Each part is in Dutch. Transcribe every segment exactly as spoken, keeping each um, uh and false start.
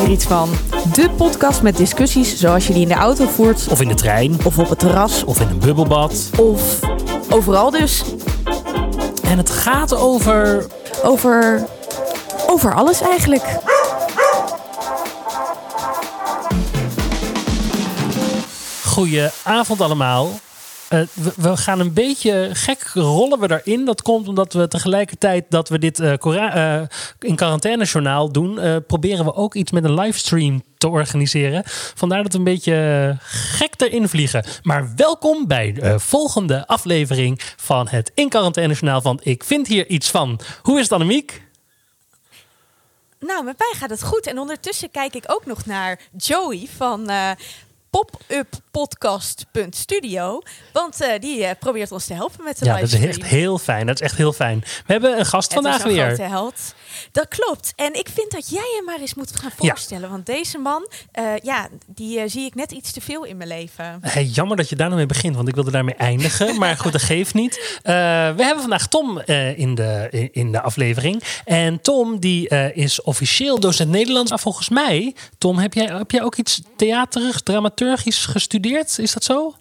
hier iets van? De podcast met discussies zoals je die in de auto voert. Of in de trein. Of op het terras. Of in een bubbelbad. Of overal dus. En het gaat over... Over... Over alles eigenlijk. Goedenavond allemaal. Uh, we, we gaan een beetje gek rollen we daarin. Dat komt omdat we tegelijkertijd dat we dit uh, cora- uh, in quarantainejournaal doen... Uh, proberen we ook iets met een livestream te organiseren. Vandaar dat we een beetje gek erin vliegen. Maar welkom bij de volgende aflevering van het in quarantainejournaal van Ik Vind Hier Iets Van. Hoe is het, Annemiek? Nou, met mij gaat het goed. En ondertussen kijk ik ook nog naar Joey van... Uh, pop-up podcast punt studio. Want uh, die uh, probeert ons te helpen met de ja, livestream. Dat is echt heel fijn. Dat is echt heel fijn. We hebben een gast het vandaag is een weer. Grote held. Dat klopt. En ik vind dat jij hem maar eens moet gaan voorstellen. Ja. Want deze man, uh, ja, die uh, zie ik net iets te veel in mijn leven. Hey, jammer dat je daar nou mee begint, want ik wilde daarmee eindigen. Maar goed, dat geeft niet. Uh, we hebben vandaag Tom uh, in, de, in, in de aflevering. En Tom die uh, is officieel docent Nederlands. Maar volgens mij, Tom, heb jij, heb jij ook iets theaterisch, dramaturgisch gestudeerd? Is dat zo?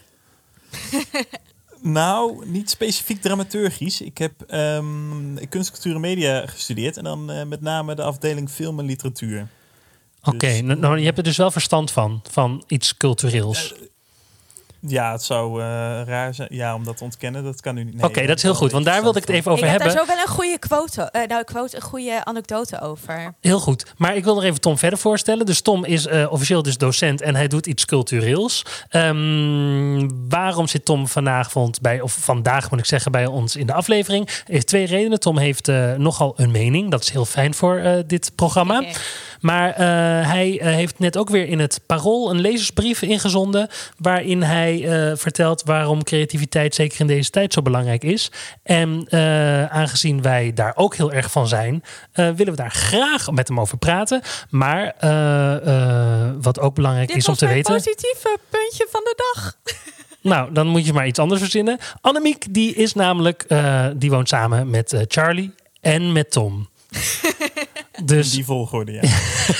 Nou, niet specifiek dramaturgisch. Ik heb um, kunst, cultuur en media gestudeerd. En dan uh, met name de afdeling film en literatuur. Oké, okay, dus, nou, je hebt er dus wel verstand van. Van iets cultureels. Uh, Ja, het zou uh, raar zijn. Ja, om dat te ontkennen, dat kan u niet. Nee, Oké, okay, dat is heel goed, want daar wilde ik het even over ik hebben. Ik heb daar zo wel een goede quote, uh, nou, quote, een goede anekdote over. Heel goed, maar ik wil nog even Tom verder voorstellen. Dus Tom is uh, officieel dus docent en hij doet iets cultureels. Um, waarom zit Tom vanavond bij, of vandaag moet ik zeggen, bij ons in de aflevering? Er heeft twee redenen. Tom heeft uh, nogal een mening. Dat is heel fijn voor uh, dit programma. Okay. Maar uh, hij uh, heeft net ook weer in het Parool een lezersbrief ingezonden, waarin hij uh, vertelt waarom creativiteit zeker in deze tijd zo belangrijk is. En uh, aangezien wij daar ook heel erg van zijn, uh, willen we daar graag met hem over praten. Maar uh, uh, wat ook belangrijk Dit is om te weten... Dit was mijn positieve puntje van de dag. Nou, dan moet je maar iets anders verzinnen. Annemiek, die is namelijk, uh, die woont samen met uh, Charlie en met Tom. Dus... In die volgorde, ja.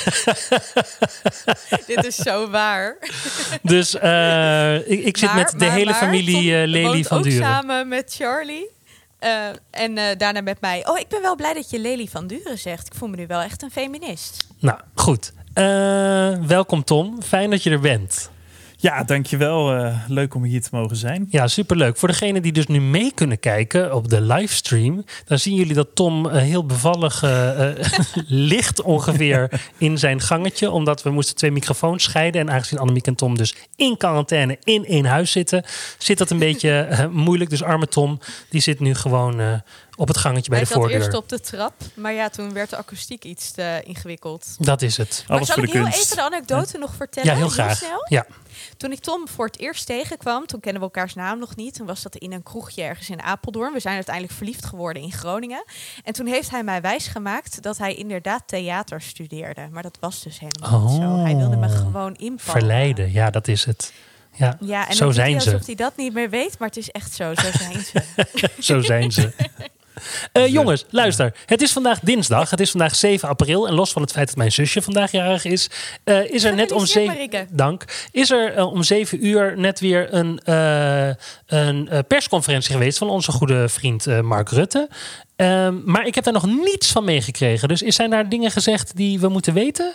Dit is zo waar. Dus uh, ik, ik zit maar, met de maar, hele maar, familie uh, Lely van Duren. ook samen met Charlie. Uh, en uh, daarna met mij. Oh, ik ben wel blij dat je Lely van Duren zegt. Ik voel me nu wel echt een feminist. Nou, goed. Uh, welkom Tom. Fijn dat je er bent. Ja, dankjewel. Uh, leuk om hier te mogen zijn. Ja, superleuk. Voor degenen die dus nu mee kunnen kijken op de livestream, dan zien jullie dat Tom uh, heel bevallig uh, uh, ligt ongeveer in zijn gangetje, omdat we moesten twee microfoons scheiden. En aangezien Annemiek en Tom dus in quarantaine in één huis zitten, zit dat een beetje uh, moeilijk. Dus arme Tom, die zit nu gewoon uh, op het gangetje bij Hij de voordeur. Hij zat eerst op de trap, maar ja, toen werd de akoestiek iets te ingewikkeld. Dat is het. Maar Alles zal voor ik de heel kunst. even de anekdote ja. nog vertellen? Ja, heel graag. Heel snel? Ja. Toen ik Tom voor het eerst tegenkwam, toen kennen we elkaars naam nog niet. Toen was dat in een kroegje ergens in Apeldoorn. We zijn uiteindelijk verliefd geworden in Groningen. En toen heeft hij mij wijsgemaakt dat hij inderdaad theater studeerde. Maar dat was dus helemaal oh, niet zo. Hij wilde me gewoon invallen. Verleiden, ja, dat is het. Ja, ja en zo zijn niet ze. alsof hij dat niet meer weet, maar het is echt zo. Zo zijn ze. Zo zijn ze. Uh, jongens, luister. Het is vandaag dinsdag. Het is vandaag zeven april. En los van het feit dat mijn zusje vandaag jarig is, uh, is er net om zeven. Dank. Is er uh, om zeven uur net weer een, uh, een uh, persconferentie geweest van onze goede vriend uh, Mark Rutte. Uh, maar ik heb daar nog niets van meegekregen. Dus zijn daar dingen gezegd die we moeten weten?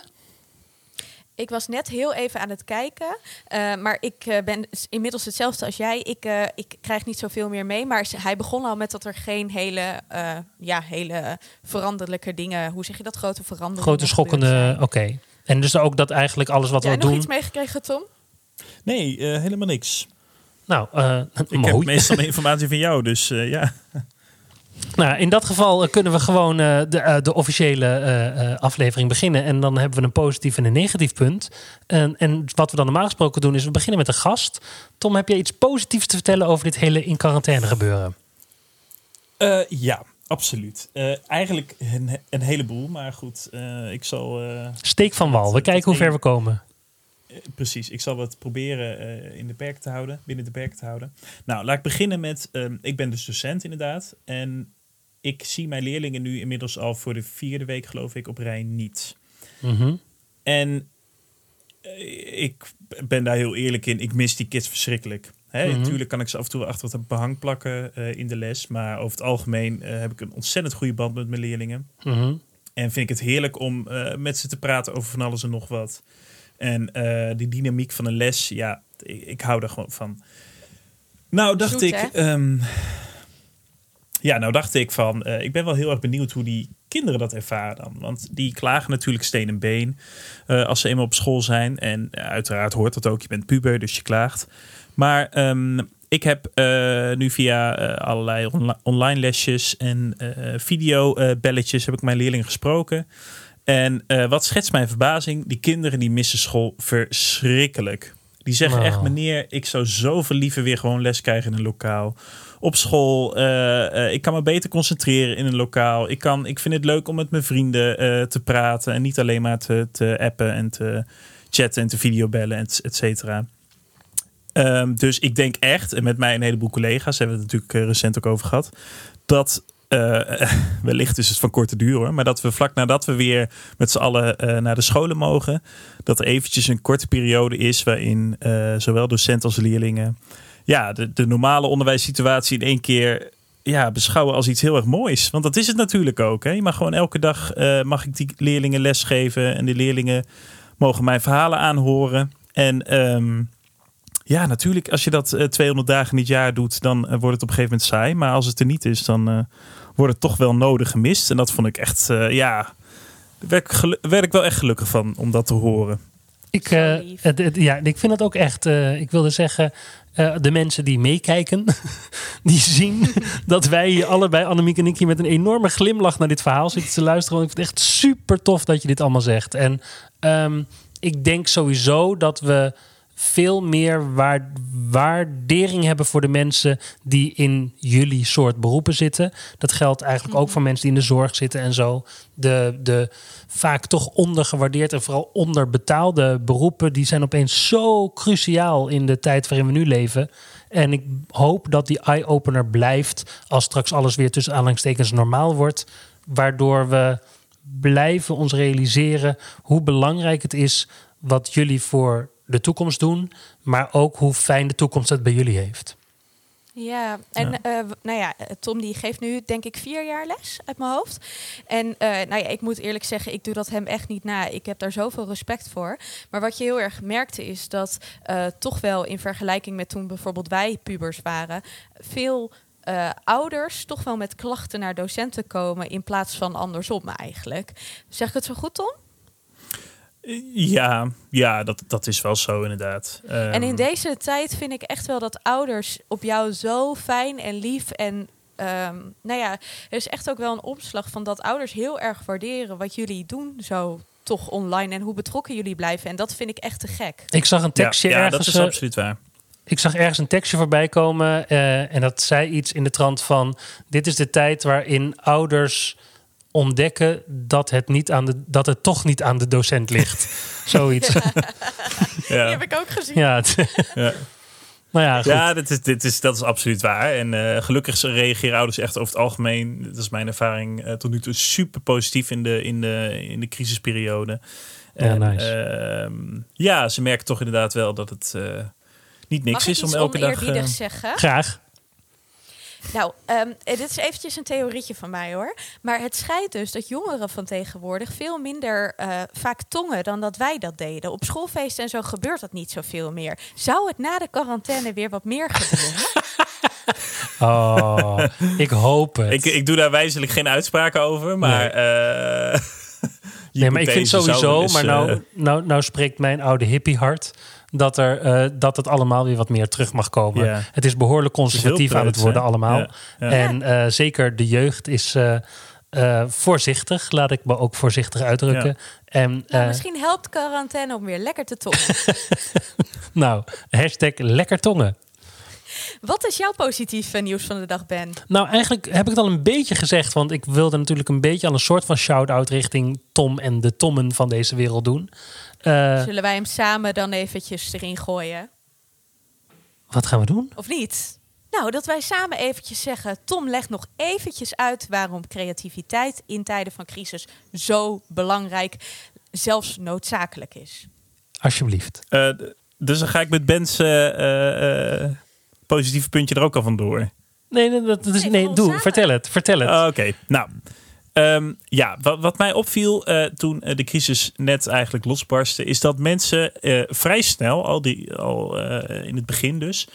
Ik was net heel even aan het kijken. Uh, maar ik uh, ben inmiddels hetzelfde als jij. Ik, uh, ik krijg niet zoveel meer mee. Maar hij begon al met dat er geen hele, uh, ja, hele veranderlijke dingen... Hoe zeg je dat? Grote veranderingen. Grote schokkende... Oké. Okay. En dus ook dat eigenlijk alles wat ja, we nog doen... iets meegekregen, Tom? Nee, uh, helemaal niks. Nou, uh, ik mooi. heb meestal informatie van jou, dus uh, ja... Nou, in dat geval kunnen we gewoon uh, de, uh, de officiële uh, uh, aflevering beginnen. En dan hebben we een positief en een negatief punt. En, en wat we dan normaal gesproken doen is we beginnen met een gast. Tom, heb jij iets positiefs te vertellen over dit hele in quarantaine gebeuren? Uh, ja, absoluut. Uh, eigenlijk een, een heleboel, maar goed, uh, ik zal... Uh, Steek van wal, we kijken hoe ver we komen. Uh, precies, ik zal het proberen uh, in de perk te houden, binnen de perk te houden. Nou, laat ik beginnen met, uh, ik ben dus docent inderdaad. En ik zie mijn leerlingen nu inmiddels al voor de vierde week, geloof ik, op rij niet. Mm-hmm. en ik ben daar heel eerlijk in. Ik mis die kids verschrikkelijk. Hè, Mm-hmm. Natuurlijk kan ik ze af en toe achter wat behang plakken uh, in de les. Maar over het algemeen uh, heb ik een ontzettend goede band met mijn leerlingen. Mm-hmm. En vind ik het heerlijk om uh, met ze te praten over van alles en nog wat. En uh, die dynamiek van een les, ja, ik, ik hou daar gewoon van. Nou, dacht Zoet, ik... Um, ja, nou dacht ik van... Uh, ik ben wel heel erg benieuwd hoe die kinderen dat ervaren dan. Want die klagen natuurlijk steen en been uh, als ze eenmaal op school zijn. En uh, uiteraard hoort dat ook. Je bent puber, dus je klaagt. Maar um, ik heb uh, nu via uh, allerlei onla- online lesjes en uh, videobelletjes uh, heb ik mijn leerlingen gesproken. En uh, wat schetst mijn verbazing? Die kinderen die missen school verschrikkelijk. Die zeggen wow. echt, meneer, ik zou zoveel liever weer gewoon les krijgen in een lokaal. Op school, uh, uh, ik kan me beter concentreren in een lokaal. Ik, kan, ik vind het leuk om met mijn vrienden uh, te praten. En niet alleen maar te, te appen en te chatten en te videobellen, et, et cetera. Um, dus ik denk echt, en met mij een heleboel collega's, hebben we het natuurlijk uh, recent ook over gehad, dat uh, wellicht is het van korte duur hoor, maar dat we vlak nadat we weer met z'n allen uh, naar de scholen mogen, dat er eventjes een korte periode is waarin uh, zowel docent als leerlingen ja, de, de normale onderwijssituatie in één keer ja, beschouwen als iets heel erg moois. Want dat is het natuurlijk ook. Hè? Je mag gewoon elke dag uh, mag ik die leerlingen lesgeven en de leerlingen mogen mijn verhalen aanhoren. En um, ja, natuurlijk, als je dat uh, tweehonderd dagen in het jaar doet, dan uh, wordt het op een gegeven moment saai. Maar als het er niet is, dan uh, wordt het toch wel nodig gemist. En dat vond ik echt, uh, ja, daar werd ik, gelu- werd ik wel echt gelukkig van om dat te horen. Ik, uh, het, het, ja, ik vind het ook echt, uh, ik wilde zeggen, uh, de mensen die meekijken, die zien dat wij hier allebei, Annemiek en ik, hier met een enorme glimlach naar dit verhaal zitten te luisteren. Want ik vind het echt super tof dat je dit allemaal zegt. En um, ik denk sowieso dat we veel meer waar, waardering hebben voor de mensen die in jullie soort beroepen zitten. Dat geldt eigenlijk ook voor mensen die in de zorg zitten en zo. De, de vaak toch ondergewaardeerd en vooral onderbetaalde beroepen, die zijn opeens zo cruciaal in de tijd waarin we nu leven. En ik hoop dat die eye-opener blijft als straks alles weer tussen aanhalingstekens normaal wordt. Waardoor we blijven ons realiseren hoe belangrijk het is wat jullie voor de toekomst doen, maar ook hoe fijn de toekomst het bij jullie heeft. Ja, en ja. Uh, nou ja, Tom die geeft nu denk ik vier jaar les uit mijn hoofd. En uh, nou ja, ik moet eerlijk zeggen, ik doe dat hem echt niet na. Ik heb daar zoveel respect voor. Maar wat je heel erg merkte is dat uh, toch wel in vergelijking met toen bijvoorbeeld wij pubers waren, veel uh, ouders toch wel met klachten naar docenten komen in plaats van andersom eigenlijk. Zeg ik het zo goed, Tom? Ja, ja dat, dat is wel zo inderdaad. Um... En in deze tijd vind ik echt wel dat ouders op jou zo fijn en lief en um, nou ja, er is echt ook wel een omslag van dat ouders heel erg waarderen wat jullie doen zo toch online en hoe betrokken jullie blijven. En dat vind ik echt te gek. Ik zag een tekstje ja, ja, ergens. dat is absoluut waar. Ik zag ergens een tekstje voorbij komen uh, en dat zei iets in de trant van: dit is de tijd waarin ouders ontdekken dat het, niet aan de, dat het toch niet aan de docent ligt. Zoiets. Ja. Ja. Die heb ik ook gezien. Ja, het, ja. Maar ja, goed. Ja, dit is, dit is, dat is absoluut waar. En uh, gelukkig reageren ouders echt over het algemeen, dat is mijn ervaring, uh, tot nu toe super positief in de, in de, in de crisisperiode. Ja, en, nice. Uh, ja, ze merken toch inderdaad wel dat het uh, niet niks is om elke dag... Mag ik iets zeggen? Graag. Nou, um, dit is eventjes een theorietje van mij hoor. Maar het schijnt dus dat jongeren van tegenwoordig veel minder uh, vaak tongen dan dat wij dat deden. Op schoolfeesten en zo gebeurt dat niet zoveel meer. Zou het na de quarantaine weer wat meer gebeuren? Oh, ik hoop het. Ik, ik doe daar wijzelijk geen uitspraken over, maar... Nee, uh, nee maar ik vind sowieso, eens, maar nou, uh, nou, nou spreekt mijn oude hippie hart dat, er, uh, dat het allemaal weer wat meer terug mag komen. Ja. Het is behoorlijk conservatief het aan het worden hè? allemaal. Ja. Ja. En uh, zeker de jeugd is uh, uh, voorzichtig. Laat ik me ook voorzichtig uitdrukken. Ja. En, uh, nou, misschien helpt quarantaine om weer lekker te tongen. Nou, hashtag lekker tongen. Wat is jouw positieve nieuws van de dag, Ben? Nou, eigenlijk heb ik het al een beetje gezegd. Want ik wilde natuurlijk een beetje aan een soort van shout-out richting Tom en de Tommen van deze wereld doen. Uh, Zullen wij hem samen dan eventjes erin gooien? Wat gaan we doen? Of niet? Nou, dat wij samen eventjes zeggen... Tom legt nog eventjes uit waarom creativiteit in tijden van crisis zo belangrijk zelfs noodzakelijk is. Alsjeblieft. Uh, dus dan ga ik met Ben's uh, uh, positieve puntje er ook al vandoor. Nee, dat, dat is, nee, nee doe. Samen. Vertel het. Vertel het. Uh, Oké, okay. nou... Um, ja, wat, wat mij opviel uh, toen uh, de crisis net eigenlijk losbarstte, is dat mensen uh, vrij snel, al, die, al uh, in het begin dus,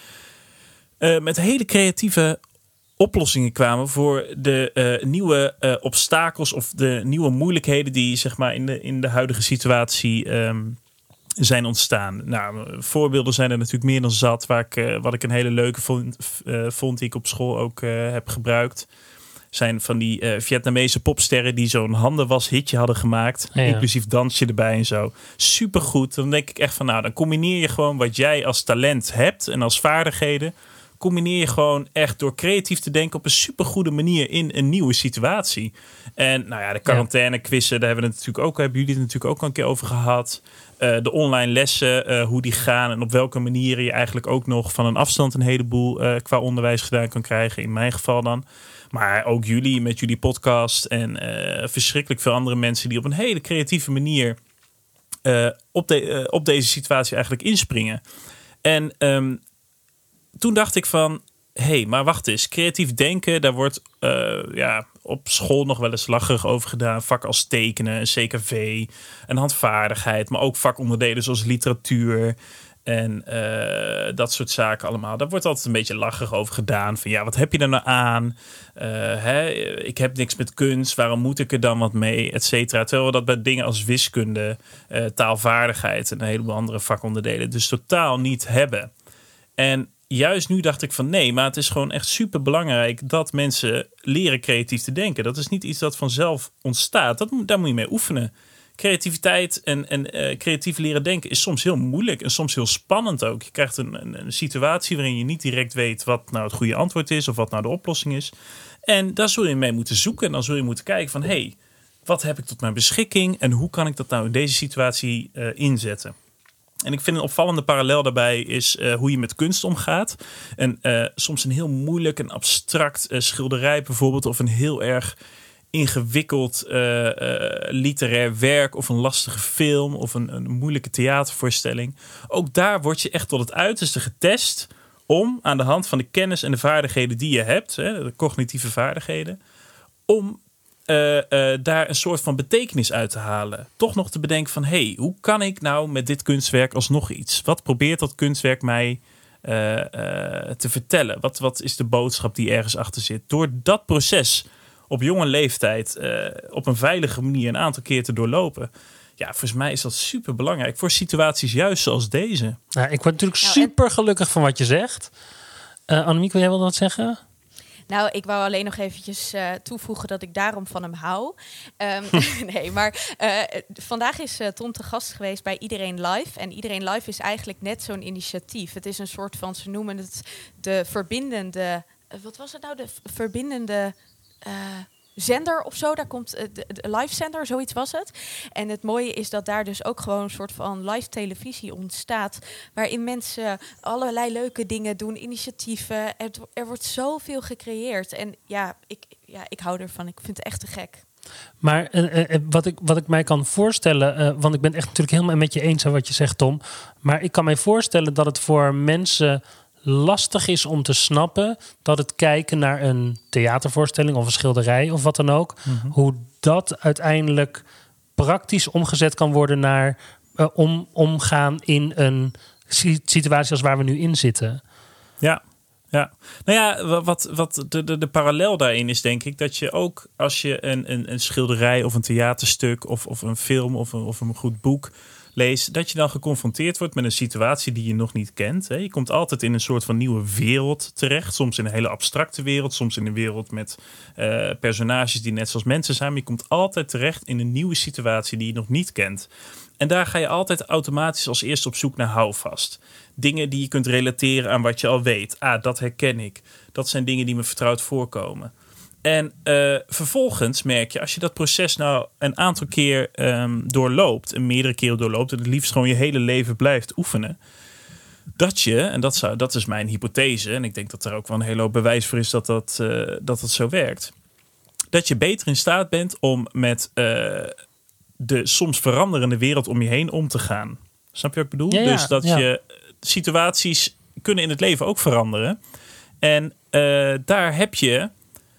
uh, met hele creatieve oplossingen kwamen voor de uh, nieuwe uh, obstakels of de nieuwe moeilijkheden die zeg maar in de, in de huidige situatie um, zijn ontstaan. Nou, voorbeelden zijn er natuurlijk meer dan zat, waar ik, uh, wat ik een hele leuke vond, uh, vond die ik op school ook uh, heb gebruikt. Zijn van die uh, Vietnamese popsterren die zo'n handenwas-hitje hadden gemaakt. Ja, ja. Inclusief dansje erbij en zo. Supergoed. Dan denk ik echt van, nou, dan combineer je gewoon wat jij als talent hebt en als vaardigheden. Combineer je gewoon echt door creatief te denken op een supergoede manier in een nieuwe situatie. En nou ja, de quarantaine-quizzen, daar hebben we het natuurlijk ook, hebben jullie het natuurlijk ook al een keer over gehad. Uh, de online lessen, uh, hoe die gaan en op welke manieren je eigenlijk ook nog van een afstand een heleboel uh, qua onderwijs gedaan kan krijgen. In mijn geval dan. Maar ook jullie met jullie podcast en uh, verschrikkelijk veel andere mensen die op een hele creatieve manier uh, op, de, uh, op deze situatie eigenlijk inspringen. En um, toen dacht ik van, hé, hey, maar wacht eens. Creatief denken, daar wordt uh, ja, op school nog wel eens lacherig over gedaan. Vak als tekenen, een C K V, een handvaardigheid. Maar ook vakonderdelen zoals literatuur. En uh, dat soort zaken allemaal. Daar wordt altijd een beetje lacherig over gedaan. Van ja, wat heb je er nou aan? Uh, hè, ik heb niks met kunst. Waarom moet ik er dan wat mee? Et cetera. Terwijl we dat bij dingen als wiskunde, uh, taalvaardigheid en een heleboel andere vakonderdelen dus totaal niet hebben. En juist nu dacht ik van nee, maar het is gewoon echt super belangrijk dat mensen leren creatief te denken. Dat is niet iets dat vanzelf ontstaat. Dat, daar moet je mee oefenen. Creativiteit en, en uh, creatief leren denken is soms heel moeilijk en soms heel spannend ook. Je krijgt een, een, een situatie waarin je niet direct weet wat nou het goede antwoord is of wat nou de oplossing is. En daar zul je mee moeten zoeken en dan zul je moeten kijken van hé, hey, wat heb ik tot mijn beschikking en hoe kan ik dat nou in deze situatie uh, inzetten? En ik vind een opvallende parallel daarbij is uh, hoe je met kunst omgaat. En uh, soms een heel moeilijk en abstract uh, schilderij bijvoorbeeld of een heel erg ingewikkeld uh, uh, literair werk of een lastige film of een, een moeilijke theatervoorstelling. Ook daar word je echt tot het uiterste getest om aan de hand van de kennis en de vaardigheden die je hebt, hè, de cognitieve vaardigheden, om uh, uh, daar een soort van betekenis uit te halen. Toch nog te bedenken van, hé, hey, hoe kan ik nou met dit kunstwerk alsnog iets? Wat probeert dat kunstwerk mij uh, uh, te vertellen? Wat, wat is de boodschap die ergens achter zit? Door dat proces op jonge leeftijd uh, op een veilige manier een aantal keer te doorlopen. Ja, volgens mij is dat super belangrijk voor situaties juist zoals deze. Nou, ik word natuurlijk nou, super en... gelukkig van wat je zegt. Uh, Annemiek, wil jij wel wat zeggen? Nou, ik wou alleen nog eventjes uh, toevoegen dat ik daarom van hem hou. Um, nee, maar uh, vandaag is uh, Tom te gast geweest bij Iedereen Live. En Iedereen Live is eigenlijk net zo'n initiatief. Het is een soort van, ze noemen het de verbindende... Uh, wat was het nou? De verbindende... Uh, zender of zo, daar komt uh, de, de live zender, zoiets was het. En het mooie is dat daar dus ook gewoon een soort van live televisie ontstaat, waarin mensen allerlei leuke dingen doen, initiatieven. Er, er wordt zoveel gecreëerd. En ja ik, ja, ik hou ervan. Ik vind het echt te gek. Maar uh, uh, wat, ik, wat ik mij kan voorstellen, uh, want ik ben echt natuurlijk helemaal met je eens aan wat je zegt, Tom. Maar ik kan mij voorstellen dat het voor mensen lastig is om te snappen dat het kijken naar een theatervoorstelling of een schilderij of wat dan ook, mm-hmm. hoe dat uiteindelijk praktisch omgezet kan worden naar uh, om, omgaan in een situatie als waar we nu in zitten. Ja. Ja, nou ja, wat, wat de, de, de parallel daarin is denk ik dat je ook als je een, een, een schilderij of een theaterstuk of, of een film of een, of een goed boek leest, dat je dan geconfronteerd wordt met een situatie die je nog niet kent. Je komt altijd in een soort van nieuwe wereld terecht. Soms in een hele abstracte wereld, soms in een wereld met uh, personages die net zoals mensen zijn. Maar je komt altijd terecht in een nieuwe situatie die je nog niet kent. En daar ga je altijd automatisch als eerste op zoek naar houvast. Dingen die je kunt relateren aan wat je al weet. Ah, dat herken ik. Dat zijn dingen die me vertrouwd voorkomen. En uh, vervolgens merk je, als je dat proces nou een aantal keer um, doorloopt, en meerdere keren doorloopt, en het liefst gewoon je hele leven blijft oefenen, dat je, en dat, zou, dat is mijn hypothese, en ik denk dat er ook wel een hele hoop bewijs voor is dat dat, uh, dat, dat zo werkt, dat je beter in staat bent om met uh, de soms veranderende wereld om je heen om te gaan. Snap je wat ik bedoel? Ja, ja, dus dat ja. je situaties kunnen in het leven ook veranderen. En uh, daar heb je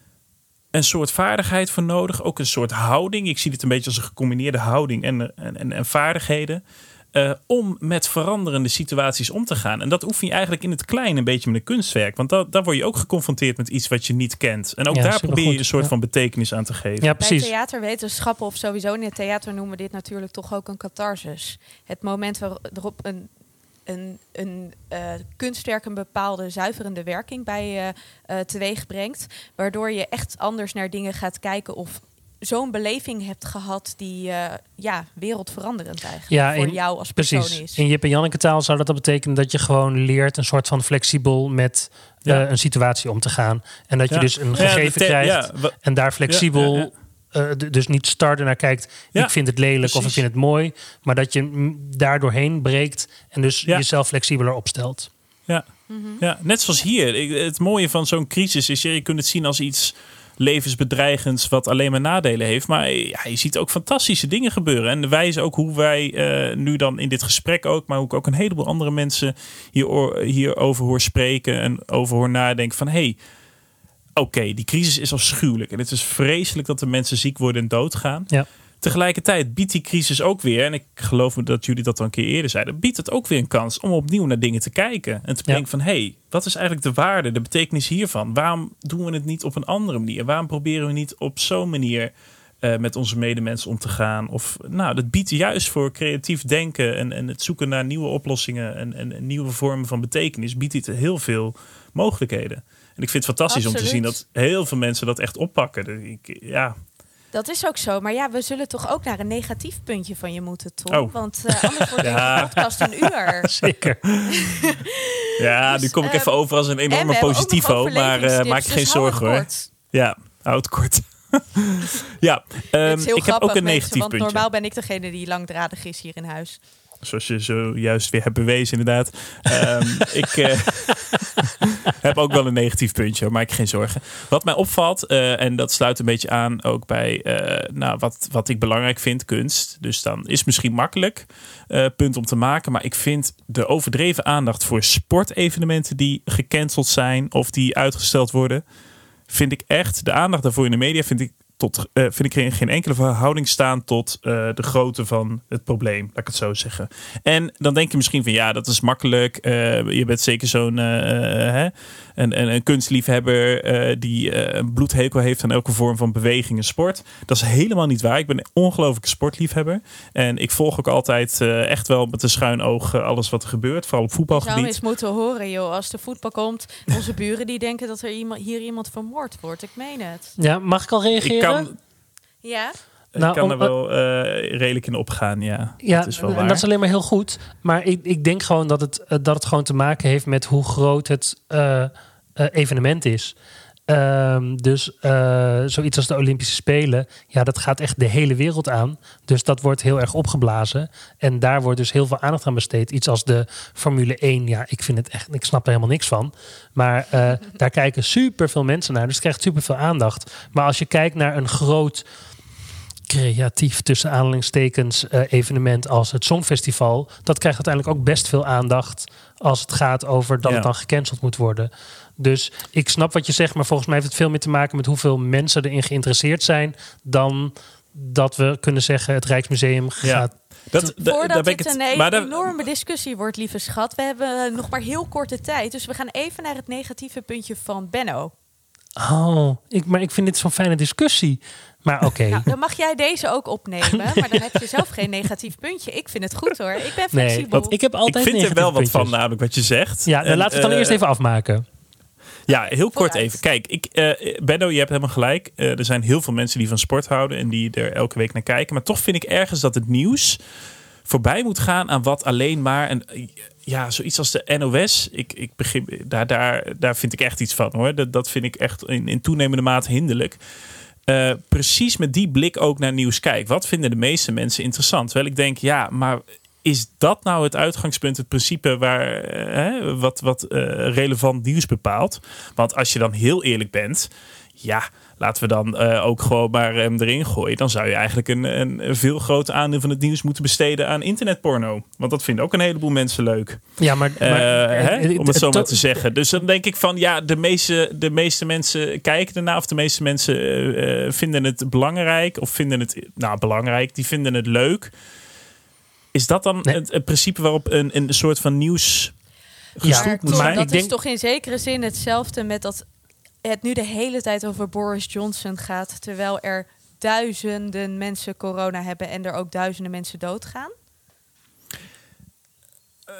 een soort vaardigheid voor nodig. Ook een soort houding. Ik zie dit een beetje als een gecombineerde houding en, en, en vaardigheden. Uh, om met veranderende situaties om te gaan. En dat oefen je eigenlijk in het klein een beetje met een kunstwerk. Want da- daar word je ook geconfronteerd met iets wat je niet kent. En ook Ja, daar probeer je goed. een soort Ja. van betekenis aan te geven. Ja, Bij precies. theaterwetenschappen of sowieso in het theater noemen we dit natuurlijk toch ook een catharsis. Het moment waarop een, een, een uh, kunstwerk een bepaalde zuiverende werking bij je uh, uh, teweeg brengt. Waardoor je echt anders naar dingen gaat kijken of zo'n beleving hebt gehad die uh, ja, wereldveranderend eigenlijk Ja, voor in- jou als persoon Precies. is. In Jip en Janneke taal zou dat dan betekenen dat je gewoon leert een soort van flexibel met uh, Ja. een situatie om te gaan. En dat je Ja. dus een Ja, gegeven de te- krijgt ja, wa- en daar flexibel... Ja, ja, uh, d- dus niet starter naar kijkt, Ja, ik vind het lelijk of ik precies. vind het mooi. Maar dat je mm, daar doorheen breekt en dus Ja. jezelf flexibeler opstelt. Ja. Ja, net zoals hier. Ik- Het mooie van zo'n crisis is, ja, je kunt het zien als iets levensbedreigends wat alleen maar nadelen heeft. Maar ja, je ziet ook fantastische dingen gebeuren. En de wijze ook hoe wij uh, nu dan in dit gesprek ook, maar hoe ik ook een heleboel andere mensen hier, hierover hoor spreken en over hoor nadenken van, hé, hey, oké, okay, die crisis is afschuwelijk. En het is vreselijk dat de mensen ziek worden en doodgaan. Ja. Tegelijkertijd biedt die crisis ook weer, en ik geloof dat jullie dat al een keer eerder zeiden, biedt het ook weer een kans om opnieuw naar dingen te kijken. En te denken Ja. van, hé, hey, wat is eigenlijk de waarde, de betekenis hiervan? Waarom doen we het niet op een andere manier? Waarom proberen we niet op zo'n manier uh, met onze medemensen om te gaan? Of, nou, dat biedt juist voor creatief denken en, en het zoeken naar nieuwe oplossingen en, en, en nieuwe vormen van betekenis, biedt dit heel veel mogelijkheden. En ik vind het fantastisch Absoluut. om te zien dat heel veel mensen dat echt oppakken. Ik, ja... Dat is ook zo. Maar ja, we zullen toch ook naar een negatief puntje van je moeten, Tom. Oh. Want uh, anders wordt Ja. deze podcast een uur. Zeker. Ja, Dus, nu kom ik uh, even over als een En we enorme hebben ook nog positivo, maar uh, overlevingstips, maak je dus geen hou het zorgen hoor. kort. Ja, houd kort. ja, um, Dit is heel ik heb grappig, ook een mensen, negatief want puntje. normaal ben ik degene die langdradig is hier in huis. Zoals je zojuist weer hebt bewezen, inderdaad. um, ik uh, heb ook wel een negatief puntje, hoor, maak je geen zorgen. Wat mij opvalt, uh, en dat sluit een beetje aan ook bij uh, nou, wat, wat ik belangrijk vind, kunst. Dus dan is het misschien makkelijk uh, punt om te maken. Maar ik vind de overdreven aandacht voor sportevenementen die gecanceld zijn of die uitgesteld worden, vind ik echt, de aandacht daarvoor in de media vind ik Tot, uh, vind ik in geen enkele verhouding staan tot uh, de grootte van het probleem, laat ik het zo zeggen. En dan denk je misschien van ja, dat is makkelijk. Uh, je bent zeker zo'n uh, uh, hè, een, een, een kunstliefhebber uh, die uh, een bloedhekel heeft aan elke vorm van beweging en sport. Dat is helemaal niet waar. Ik ben een ongelooflijke sportliefhebber. En ik volg ook altijd uh, echt wel met een schuin oog uh, alles wat er gebeurt, vooral op Je zou voetbalgebied. eens moeten horen, joh. Als de voetbal komt, onze buren die denken dat er iemand, hier iemand vermoord wordt. Ik meen het. Ja, mag ik al reageren? Ik kan, Ja? ik Nou, kan om- er wel uh, redelijk in opgaan, ja. Ja, dat is wel en waar. dat is alleen maar heel goed. Maar ik, ik denk gewoon dat het, uh, dat het gewoon te maken heeft met hoe groot het uh, uh, evenement is. Um, dus uh, zoiets als de Olympische Spelen, ja, dat gaat echt de hele wereld aan. Dus dat wordt heel erg opgeblazen. En daar wordt dus heel veel aandacht aan besteed. Iets als de Formule één, ja, ik vind het echt, ik snap er helemaal niks van. Maar uh, daar kijken super veel mensen naar. Dus het krijgt super veel aandacht. Maar als je kijkt naar een groot creatief tussen aanhalingstekens uh, evenement als het Songfestival, dat krijgt uiteindelijk ook best veel aandacht als het gaat over dat Ja. het dan gecanceld moet worden. Dus ik snap wat je zegt, maar volgens mij heeft het veel meer te maken met hoeveel mensen erin geïnteresseerd zijn dan dat we kunnen zeggen het Rijksmuseum gaat. Ja. Dat, da- daar Voordat ben ik dit het, een maar daar- enorme discussie wordt, lieve schat. We hebben nog maar heel korte tijd. Dus we gaan even naar het negatieve puntje van Benno. Oh, ik, maar ik vind dit zo'n fijne discussie. Maar oké. Okay. Nou, dan mag jij deze ook opnemen. Maar dan heb je zelf geen negatief puntje. Ik vind het goed hoor. Ik ben Nee, flexibel. want ik heb altijd ik vind er negatieve wel wat puntjes. van, namelijk wat je zegt. Ja, dan En, laten we het dan uh, eerst even afmaken. Ja, heel kort Vooruit. even. Kijk, ik, uh, Benno, je hebt helemaal gelijk. Uh, er zijn heel veel mensen die van sport houden en die er elke week naar kijken. Maar toch vind ik ergens dat het nieuws voorbij moet gaan aan wat alleen maar een, ja, zoiets als de N O S. Ik, ik begin, daar, daar, daar vind ik echt iets van, hoor. Dat, dat vind ik echt in, in toenemende mate hinderlijk. Uh, precies met die blik ook naar nieuws kijk. Wat vinden de meeste mensen interessant? Terwijl ik denk, ja, maar is dat nou het uitgangspunt, het principe waar uh, hè, wat, wat uh, relevant nieuws bepaalt? Want als je dan heel eerlijk bent, ja, laten we dan uh, ook gewoon maar um, erin gooien. Dan zou je eigenlijk een, een, een veel groter aandeel van het nieuws moeten besteden aan internetporno. Want dat vinden ook een heleboel mensen leuk. Ja, maar, uh, maar hè, om het zo to- maar te zeggen. Dus dan denk ik van, ja, de meeste, de meeste mensen kijken ernaar, of de meeste mensen uh, vinden het belangrijk, of vinden het, nou belangrijk, die vinden het leuk. Is dat dan nee. het, het principe waarop een, een soort van nieuws gestoeld moet Tom, zijn? Dat ik denk... is toch in zekere zin hetzelfde met dat het nu de hele tijd over Boris Johnson gaat, terwijl er duizenden mensen corona hebben en er ook duizenden mensen doodgaan? Uh,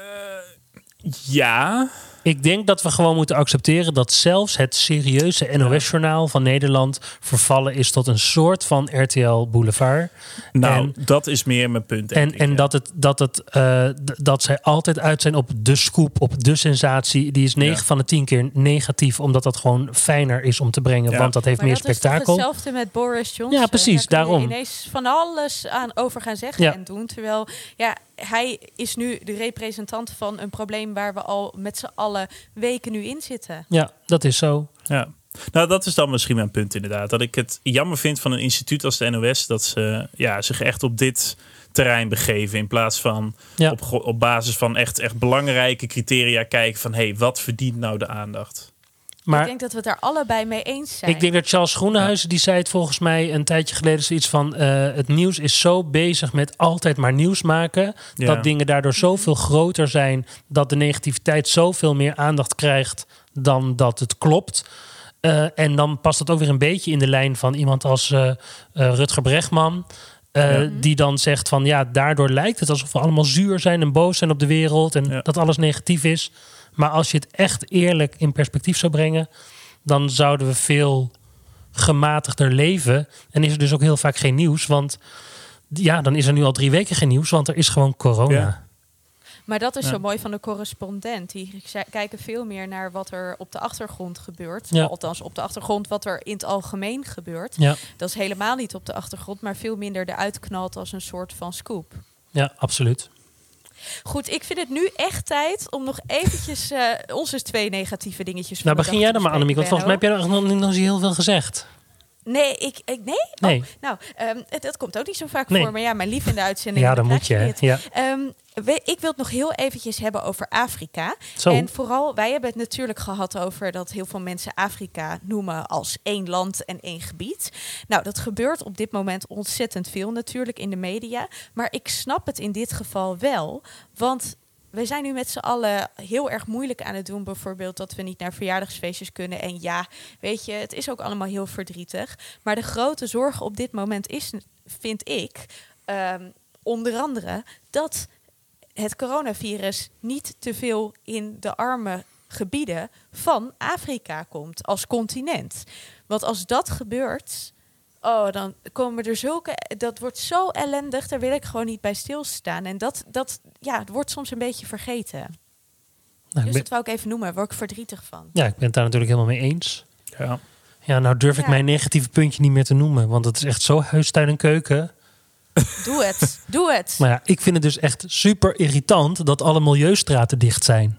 ja... Ik denk dat we gewoon moeten accepteren dat zelfs het serieuze N O S-journaal van Nederland vervallen is tot een soort van R T L Boulevard. Nou, en, dat is meer mijn punt. En, ik, en ja. dat, het, dat, het, uh, d- dat zij altijd uit zijn op de scoop, op de sensatie. Die is negen ja. van de tien keer negatief, omdat dat gewoon fijner is om te brengen. Ja. Want dat heeft maar meer dat spektakel. Dat is toch hetzelfde met Boris Johnson? Ja, precies, Daar daarom. ineens van alles aan over gaan zeggen ja. en doen. Terwijl, ja, hij is nu de representant van een probleem waar we al met z'n allen weken nu in zitten. Ja, dat is zo. Ja. Nou, dat is dan misschien mijn punt inderdaad. Dat ik het jammer vind van een instituut als de N O S dat ze ja, zich echt op dit terrein begeven in plaats van ja. op, op basis van echt, echt belangrijke criteria kijken van hé, hey, wat verdient nou de aandacht? Maar ik denk dat we het daar allebei mee eens zijn. Ik denk dat Charles Groenhuizen, die zei het volgens mij een tijdje geleden zoiets van uh, het nieuws is zo bezig met altijd maar nieuws maken, ja. dat dingen daardoor zoveel groter zijn, dat de negativiteit zoveel meer aandacht krijgt dan dat het klopt. Uh, en dan past dat ook weer een beetje in de lijn van iemand als uh, uh, Rutger Bregman. Uh, ja. Die dan zegt van ja, daardoor lijkt het alsof we allemaal zuur zijn en boos zijn op de wereld en ja. dat alles negatief is. Maar als je het echt eerlijk in perspectief zou brengen, dan zouden we veel gematigder leven. En is er dus ook heel vaak geen nieuws. Want ja, dan is er nu al drie weken geen nieuws, want er is gewoon corona. Ja. Maar dat is ja. zo mooi van de correspondent. Die kijken veel meer naar wat er op de achtergrond gebeurt. Ja. Althans, op de achtergrond wat er in het algemeen gebeurt. Ja. Dat is helemaal niet op de achtergrond, maar veel minder eruit knalt als een soort van scoop. Ja, absoluut. Goed, ik vind het nu echt tijd om nog eventjes uh, onze twee negatieve dingetjes van Nou, de begin dag jij dan maar, Annemiek, want volgens mij heb jij nog, nog, nog niet heel veel gezegd. Nee, ik, ik nee? nee. Oh, nou, um, het, dat komt ook niet zo vaak nee. voor. Maar ja, mijn lief in de uitzending. Ja, dan moet je. je ja. um, we, ik wil het nog heel eventjes hebben over Afrika. Zo. En vooral, wij hebben het natuurlijk gehad over dat heel veel mensen Afrika noemen als één land en één gebied. Nou, dat gebeurt op dit moment ontzettend veel natuurlijk in de media. Maar ik snap het in dit geval wel, want we zijn nu met z'n allen heel erg moeilijk aan het doen. Bijvoorbeeld dat we niet naar verjaardagsfeestjes kunnen. En ja, weet je, het is ook allemaal heel verdrietig. Maar de grote zorg op dit moment is, vind ik, um, onder andere dat het coronavirus niet te veel in de arme gebieden van Afrika komt als continent. Want als dat gebeurt, oh, dan komen er zulke, dat wordt zo ellendig, daar wil ik gewoon niet bij stilstaan. En dat, dat ja, het wordt soms een beetje vergeten. Nou, dus ben... dat wou ik even noemen, daar word ik verdrietig van. Ja, ik ben het daar natuurlijk helemaal mee eens. Ja, ja nou durf ik ja. mijn negatieve puntje niet meer te noemen, want het is echt zo huis, tuin en keuken. Doe het, doe het. Maar ja, ik vind het dus echt super irritant dat alle milieustraten dicht zijn.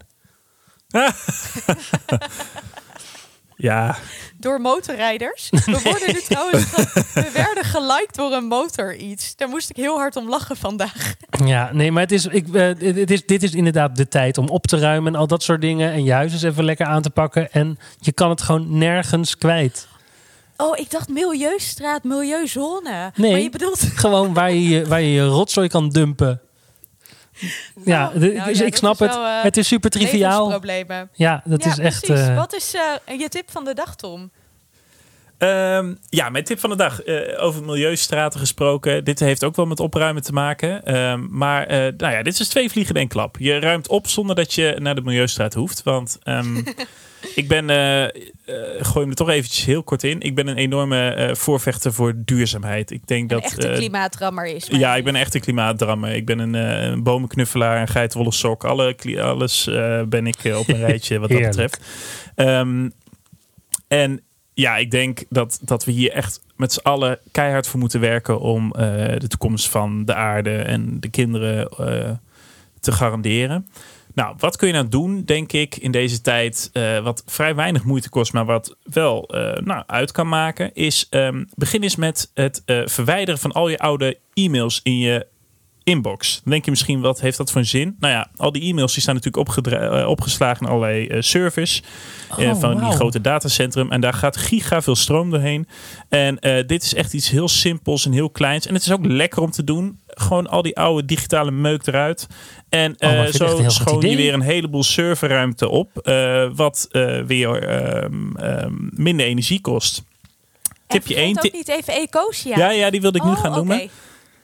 Ja. Door motorrijders. We nee. worden nu trouwens ge- we werden geliked door een motor iets. Daar moest ik heel hard om lachen vandaag. Ja, nee, maar het is, ik, uh, het is, dit is inderdaad de tijd om op te ruimen en al dat soort dingen. En je huis eens even lekker aan te pakken. En je kan het gewoon nergens kwijt. Oh, ik dacht milieustraat, milieuzone. Nee, maar je bedoelt gewoon waar je, waar je je rotzooi kan dumpen. Ja, nou, de, nou, dus ja, ik snap het. Wel, uh, het is super triviaal. Ja, dat ja, is echt. Uh... Wat is uh, je tip van de dag, Tom? Um, ja, mijn tip van de dag. Uh, over milieustraten gesproken. Dit heeft ook wel met opruimen te maken. Um, maar uh, nou ja, dit is twee vliegen in één klap. Je ruimt op zonder dat je naar de milieustraat hoeft. Want um, ik ben, uh, uh, gooi me er toch eventjes heel kort in. Ik ben een enorme uh, voorvechter voor duurzaamheid. Ik denk een dat echte uh, klimaatdrammer is. Ja, ik ben een echte klimaatdrammer. Ik ben een, uh, een bomenknuffelaar, een geitenwolle sok. Alle, alles uh, ben ik uh, op een rijtje wat dat betreft. Um, en ja, ik denk dat, dat we hier echt met z'n allen keihard voor moeten werken om uh, de toekomst van de aarde en de kinderen uh, te garanderen. Nou, wat kun je nou doen, denk ik, in deze tijd, uh, wat vrij weinig moeite kost, maar wat wel uh, nou, uit kan maken, is um, begin eens met het uh, verwijderen van al je oude e-mails in je inbox. Dan denk je misschien, wat heeft dat voor een zin? Nou ja, al die e-mails die staan natuurlijk opgedra- uh, opgeslagen in allerlei uh, servers oh, uh, van wow. die grote datacentrum. En daar gaat giga veel stroom doorheen. En uh, dit is echt iets heel simpels en heel kleins. En het is ook lekker om te doen. Gewoon al die oude digitale meuk eruit. En uh, oh, zo schoon je weer een heleboel serverruimte op. Uh, wat uh, weer um, um, minder energie kost. Tipje één. Ook niet even Ecosia? Ja, ja, die wilde ik oh, nu gaan noemen. Okay.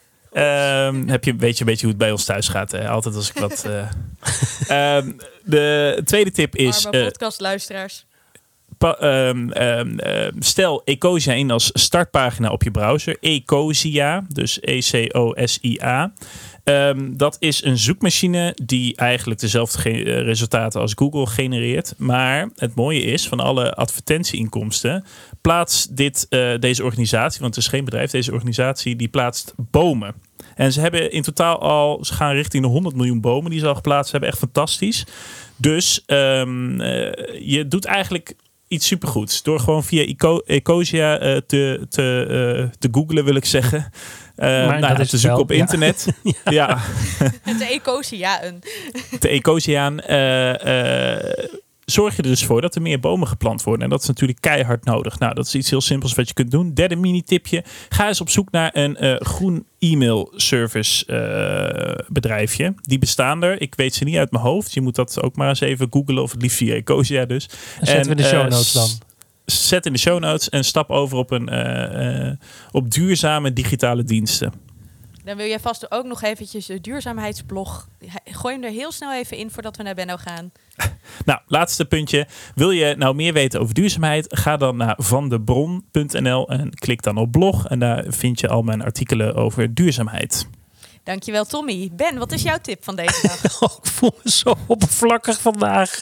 Um, heb je, weet je een beetje hoe het bij ons thuis gaat. Hè? Altijd als ik wat... Uh... um, de tweede tip is... Arme podcastluisteraars. Pa- um, um, um, stel Ecosia in als startpagina op je browser. Ecosia, dus E C O S I A. Um, dat is een zoekmachine die eigenlijk dezelfde ge- resultaten als Google genereert. Maar het mooie is, van alle advertentieinkomsten plaatst dit, uh, deze organisatie, want het is geen bedrijf, deze organisatie die plaatst bomen. En ze hebben in totaal al, ze gaan richting de honderd miljoen bomen die ze al geplaatst hebben. Echt fantastisch. Dus um, uh, je doet eigenlijk iets supergoeds. Door gewoon via Eco- Ecosia uh, te, te, uh, te googlen, wil ik zeggen. Uh, nou, dat is te zoeken wel op internet. Ja. ja. Te Ecosiaan. Te Ecosiaan. Uh, uh, zorg je er dus voor dat er meer bomen geplant worden. En dat is natuurlijk keihard nodig. Nou, dat is iets heel simpels wat je kunt doen. Derde mini-tipje. Ga eens op zoek naar een uh, groen e-mail service uh, bedrijfje. Die bestaan er. Ik weet ze niet uit mijn hoofd. Je moet dat ook maar eens even googlen. Of het liefst via Ecosia dus. Dan zetten we de show notes dan. Zet in de show notes en stap over op, een, uh, uh, op duurzame digitale diensten. Dan wil je vast ook nog eventjes de duurzaamheidsblog. Gooi hem er heel snel even in voordat we naar Benno gaan. Nou, laatste puntje. Wil je nou meer weten over duurzaamheid? Ga dan naar vandebron punt n l en klik dan op blog. En daar vind je al mijn artikelen over duurzaamheid. Dankjewel, Tommy. Ben, wat is jouw tip van deze dag? Oh, ik voel me zo oppervlakkig vandaag.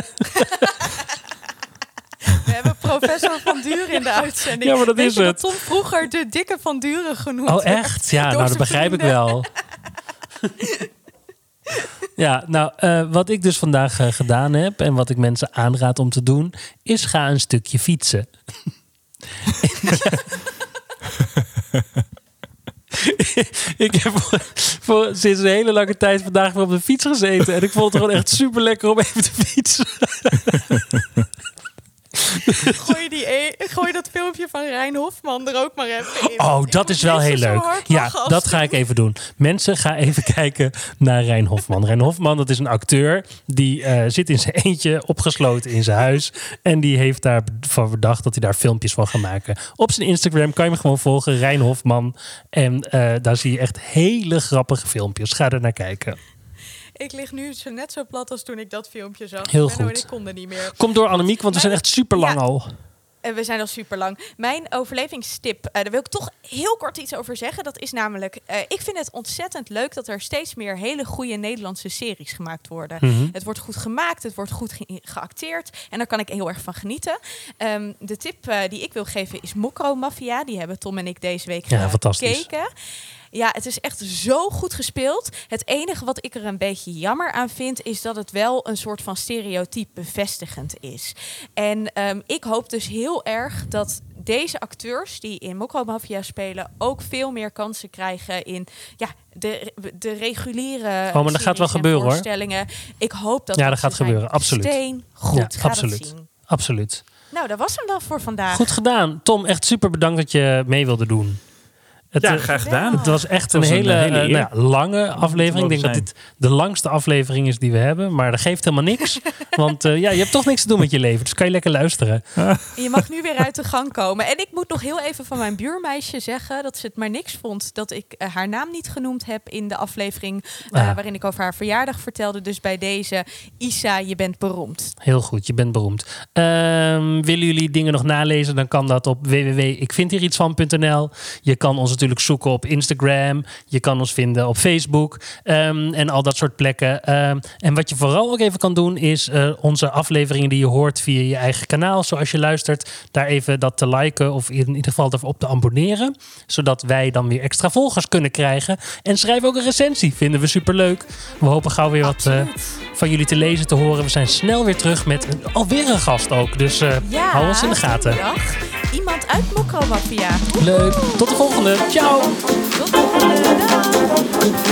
We hebben professor Van Duren in de uitzending. Ja, maar dat Weet is je het. dat Tom vroeger de dikke Van Duren genoemd Oh, echt? Ja, nou, dat begrijp vrienden. ik wel. Ja, nou, uh, wat ik dus vandaag uh, gedaan heb en wat ik mensen aanraad om te doen, is ga een stukje fietsen. Ik heb voor, voor sinds een hele lange tijd vandaag weer op de fiets gezeten. En ik vond het gewoon echt super lekker om even te fietsen. Gooi, die e- gooi dat filmpje van Rein Hofman er ook maar even in. Oh, dat is wel heel leuk. Ja, dat ga ik even doen. Mensen, ga even kijken naar Rein Hofman. Rein Hofman, dat is een acteur. Die uh, zit in zijn eentje opgesloten in zijn huis. En die heeft daarvan bedacht dat hij daar filmpjes van gaat maken. Op zijn Instagram kan je hem gewoon volgen, Rein Hofman. En uh, daar zie je echt hele grappige filmpjes. Ga er naar kijken. Ik lig nu zo net zo plat als toen ik dat filmpje zag. Heel Benno goed. En ik kon er niet meer. Kom door, Annemiek, want we zijn echt super lang ja. al. En we zijn al super lang. Mijn overlevingstip, uh, daar wil ik toch heel kort iets over zeggen. Dat is namelijk, uh, ik vind het ontzettend leuk dat er steeds meer hele goede Nederlandse series gemaakt worden. Mm-hmm. Het wordt goed gemaakt, het wordt goed ge- geacteerd. En daar kan ik heel erg van genieten. Um, de tip uh, die ik wil geven is Mokro Mafia. Die hebben Tom en ik deze week ja, gekeken. Ja, het is echt zo goed gespeeld. Het enige wat ik er een beetje jammer aan vind, is dat het wel een soort van stereotype bevestigend is. En um, ik hoop dus heel erg dat deze acteurs die in Mokro Mafia spelen ook veel meer kansen krijgen in ja, de, de reguliere oh, maar dat gaat wel gebeuren, voorstellingen. Hoor. Ik hoop dat ja, dat, dat gaat gebeuren. Absoluut. Steen goed. Ja, Ga absoluut. dat zien. Absoluut. Nou, dat was hem dan voor vandaag. Goed gedaan. Tom, echt super bedankt dat je mee wilde doen. Het, ja, graag gedaan. Het was echt een, was een hele, hele uh, nou ja, lange aflevering. Ik denk zijn. dat dit de langste aflevering is die we hebben. Maar dat geeft helemaal niks. Want uh, ja, je hebt toch niks te doen met je leven. Dus kan je lekker luisteren. Je mag nu weer uit de gang komen. En ik moet nog heel even van mijn buurmeisje zeggen dat ze het maar niks vond dat ik uh, haar naam niet genoemd heb in de aflevering uh, ah. waarin ik over haar verjaardag vertelde. Dus bij deze, Isa, je bent beroemd. Heel goed, je bent beroemd. Uh, willen jullie dingen nog nalezen? Dan kan dat op w w w punt ik vind hier iets van punt n l. Je kan onze natuurlijk zoeken op Instagram. Je kan ons vinden op Facebook. Um, en al dat soort plekken. Um, en wat je vooral ook even kan doen is uh, onze afleveringen die je hoort via je eigen kanaal. Zoals je luistert, daar even dat te liken of in ieder geval erop te abonneren. Zodat wij dan weer extra volgers kunnen krijgen. En schrijf ook een recensie. Vinden we superleuk. We hopen gauw weer wat uh, van jullie te lezen, te horen. We zijn snel weer terug met een, alweer een gast ook. Dus uh, ja, hou ons in de gaten. Dag. Iemand uit Mokromafia. Leuk. Tot de volgende. Ciao. Tot de volgende. Dag.